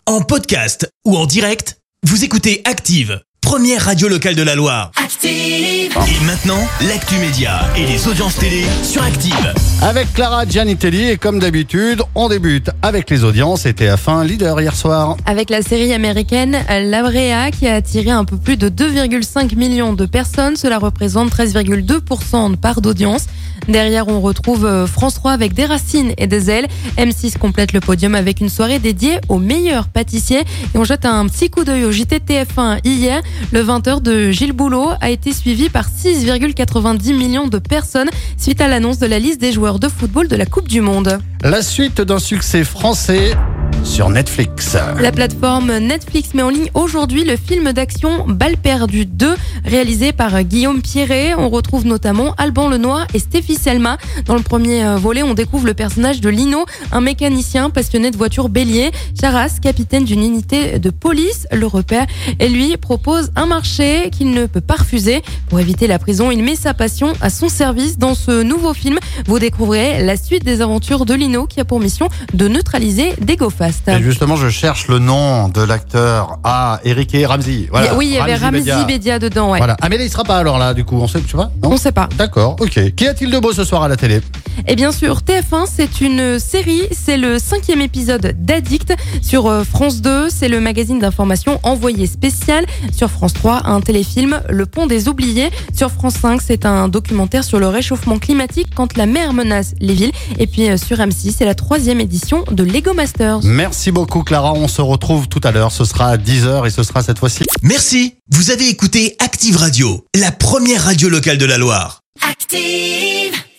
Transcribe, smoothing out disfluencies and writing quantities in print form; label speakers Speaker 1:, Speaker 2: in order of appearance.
Speaker 1: En podcast ou en direct, vous écoutez Active, première radio locale de la Loire. Active! Et maintenant, l'actu média et les audiences télé sur Active.
Speaker 2: Avec Clara Gianitelli et comme d'habitude, on débute avec les audiences et TF1 leader hier soir.
Speaker 3: Avec la série américaine La Brea qui a attiré un peu plus de 2,5 millions de personnes. Cela représente 13,2% de part d'audience. Derrière, on retrouve France 3 avec Des racines et des ailes. M6 complète le podium avec une soirée dédiée aux meilleurs pâtissiers. Et on jette un petit coup d'œil au JT TF1 hier. Le 20h de Gilles Boulot a été suivi par 6,90 millions de personnes suite à l'annonce de la liste des joueurs de football de la Coupe du Monde.
Speaker 2: La suite d'un succès français sur Netflix.
Speaker 3: La plateforme Netflix met en ligne aujourd'hui le film d'action Balle perdue 2, réalisé par Guillaume Pierret. On retrouve notamment Alban Lenoir et Stéphie Selma. Dans le premier volet, on découvre le personnage de Lino, un mécanicien passionné de voitures bélier. Charas, capitaine d'une unité de police, le repère et lui propose un marché qu'il ne peut pas refuser. Pour éviter la prison, il met sa passion à son service. Dans ce nouveau film, vous découvrirez la suite des aventures de Lino qui a pour mission de neutraliser des go-fast.
Speaker 2: Et justement, je cherche le nom de l'acteur. Eric et Ramzy. Voilà.
Speaker 3: Oui, il y avait Ramzy Bedia dedans. Ouais.
Speaker 2: Voilà. Ah, mais là, il sera pas alors là, du coup. On sait, tu vois?
Speaker 3: On sait pas.
Speaker 2: D'accord, ok. Qu'y a-t-il de beau ce soir à la télé?
Speaker 3: Et bien sûr, TF1, c'est une série. C'est le 5e épisode d'Addict. Sur France 2, c'est le magazine d'information Envoyé spécial. Sur France 3, un téléfilm, Le Pont des Oubliés. Sur France 5, c'est un documentaire sur le réchauffement climatique quand la mer menace les villes. Et puis sur M6, c'est la 3e édition de Lego Masters.
Speaker 2: Merci beaucoup Clara, on se retrouve tout à l'heure, ce sera à 10h et ce sera cette fois-ci.
Speaker 1: Merci, vous avez écouté Active Radio, la première radio locale de la Loire. Active!